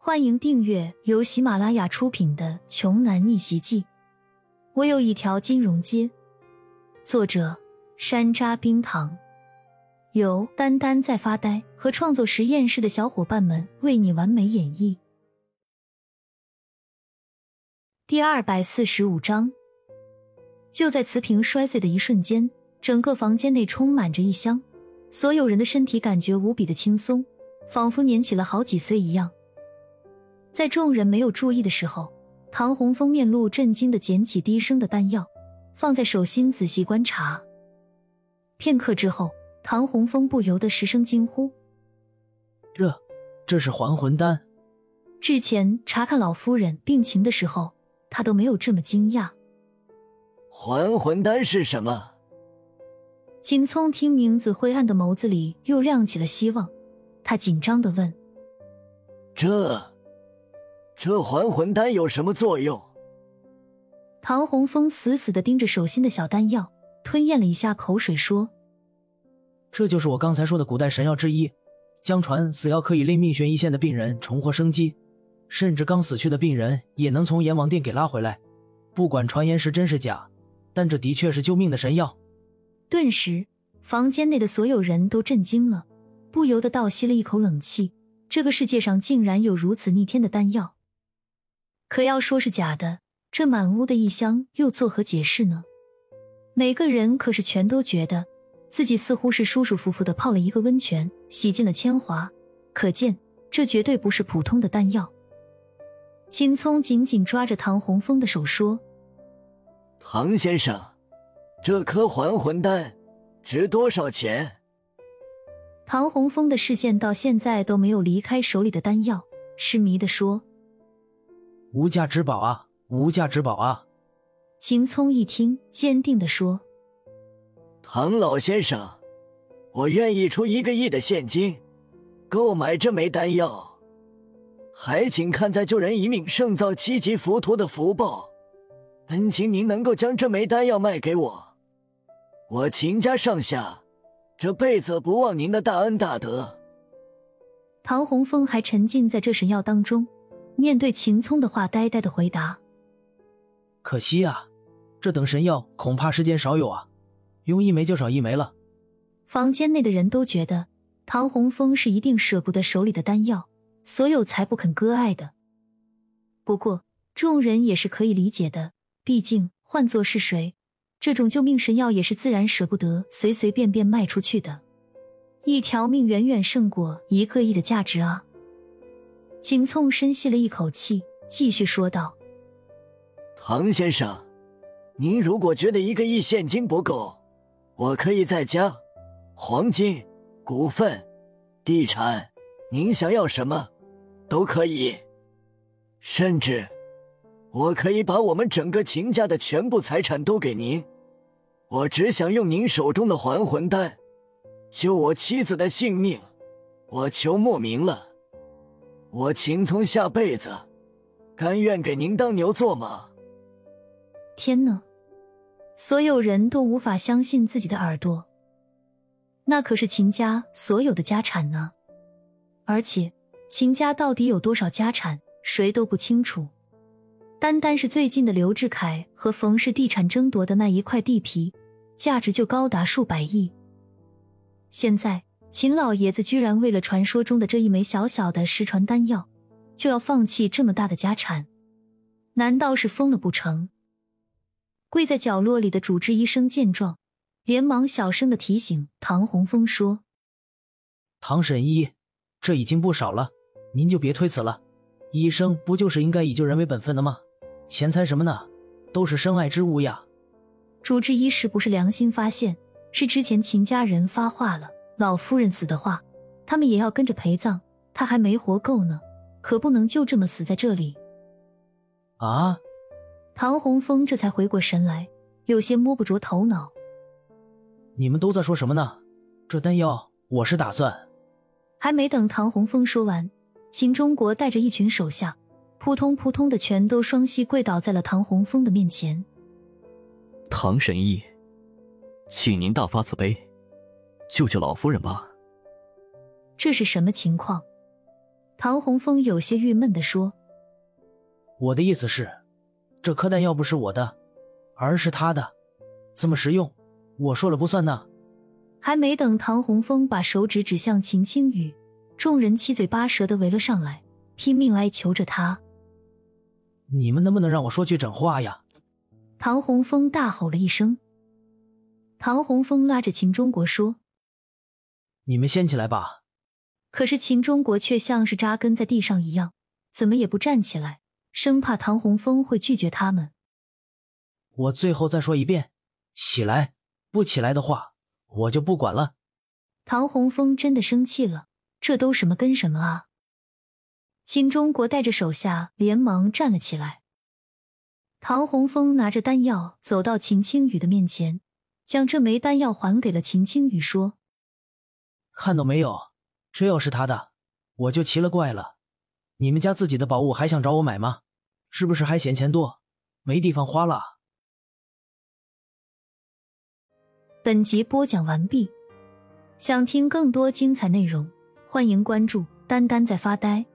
欢迎订阅由喜马拉雅出品的《穷男逆袭记》。我有一条金融街。作者山楂冰糖，由丹丹在发呆和创作实验室的小伙伴们为你完美演绎。第245章。就在瓷瓶摔碎的一瞬间，整个房间内充满着异香，所有人的身体感觉无比的轻松，仿佛年轻了好几岁一样。在众人没有注意的时候，唐洪峰面露震惊地捡起低声的丹药，放在手心仔细观察。片刻之后，唐洪峰不由得失声惊呼： 这是还魂丹。 之前查看老夫人病情的时候，他都没有这么惊讶。 还魂丹是什么？ 秦聪听名字，灰暗的眸子里又亮起了希望，他紧张地问： 这还魂丹有什么作用？ 唐洪峰死死地盯着手心的小丹药，吞咽了一下口水说： 这就是我刚才说的古代神药之一，相传死药可以令命悬一线的病人重获生机，甚至刚死去的病人也能从阎王殿给拉回来。不管传言是真是假，但这的确是救命的神药。 顿时房间内的所有人都震惊了，不由得倒吸了一口冷气，这个世界上竟然有如此逆天的丹药。可要说是假的，这满屋的异香又作何解释呢？每个人可是全都觉得自己似乎是舒舒服服地泡了一个温泉，洗尽了铅华，可见这绝对不是普通的丹药。秦聪紧紧抓着唐洪峰的手说： 唐先生，这颗还魂丹值多少钱？ 唐洪峰的视线到现在都没有离开手里的丹药，痴迷地说： 无价之宝啊，无价之宝啊。 秦聪一听，坚定地说： 唐老先生，我愿意出1个亿的现金购买这枚丹药，还请看在救人一命胜造7级浮屠的福报，恳请您能够将这枚丹药卖给我，我秦家上下这辈子不忘您的大恩大德。 唐洪峰还沉浸在这神药当中，面对秦聪的话呆呆地回答： 可惜啊，这等神药恐怕世间少有啊，用1枚就少1枚了。 房间内的人都觉得唐洪峰是一定舍不得手里的丹药，所有才不肯割爱的。不过众人也是可以理解的，毕竟换作是谁，这种救命神药也是自然舍不得随随便便卖出去的。一条命远远胜过1个亿的价值啊！秦聪深吸了一口气，继续说道： 唐先生，您如果觉得1个亿现金不够，我可以再加黄金、股份、地产，您想要什么都可以，甚至我可以把我们整个秦家的全部财产都给您，我只想用您手中的还魂丹救我妻子的性命，我求莫名了，我秦聪下辈子甘愿给您当牛做马。 天哪！所有人都无法相信自己的耳朵，那可是秦家所有的家产呢，而且秦家到底有多少家产，谁都不清楚。单单是最近的刘志凯和冯氏地产争夺的那一块地皮，价值就高达数百亿。现在秦老爷子居然为了传说中的这1枚小小的失传丹药，就要放弃这么大的家产，难道是疯了不成？跪在角落里的主治医生见状，连忙小声地提醒唐洪峰说： 唐神医，这已经不少了，您就别推辞了，医生不就是应该以救人为本分的吗？钱财什么呢，都是身外之物呀。 主治医师不是良心发现，是之前秦家人发话了，老夫人死的话，他们也要跟着陪葬，他还没活够呢，可不能就这么死在这里。 啊！ 唐洪峰这才回过神来，有些摸不着头脑。 你们都在说什么呢？这丹药我是打算…… 还没等唐洪峰说完，秦中国带着一群手下扑通扑通的全都双膝跪倒在了唐洪峰的面前。 唐神医，请您大发慈悲，救救老夫人吧。 这是什么情况？ 唐洪峰有些郁闷地说： 我的意思是，这颗蛋要不是我的，而是他的，这么实用，我说了不算呢。 还没等唐洪峰把手指指向秦青雨，众人七嘴八舌地围了上来，拼命哀求着他。 你们能不能让我说句整话呀？ 唐洪峰大吼了一声。唐洪峰拉着秦中国说： 你们先起来吧。 可是秦中国却像是扎根在地上一样，怎么也不站起来，生怕唐洪峰会拒绝他们。 我最后再说一遍，起来，不起来的话，我就不管了。 唐洪峰真的生气了，这都什么跟什么啊！秦中国带着手下连忙站了起来。唐洪峰拿着丹药走到秦青雨的面前，将这枚丹药还给了秦青雨，说： 看到没有，这要是他的，我就奇了怪了。你们家自己的宝物还想找我买吗？是不是还嫌钱多，没地方花了？ 本集播讲完毕，想听更多精彩内容，欢迎关注丹丹在发呆。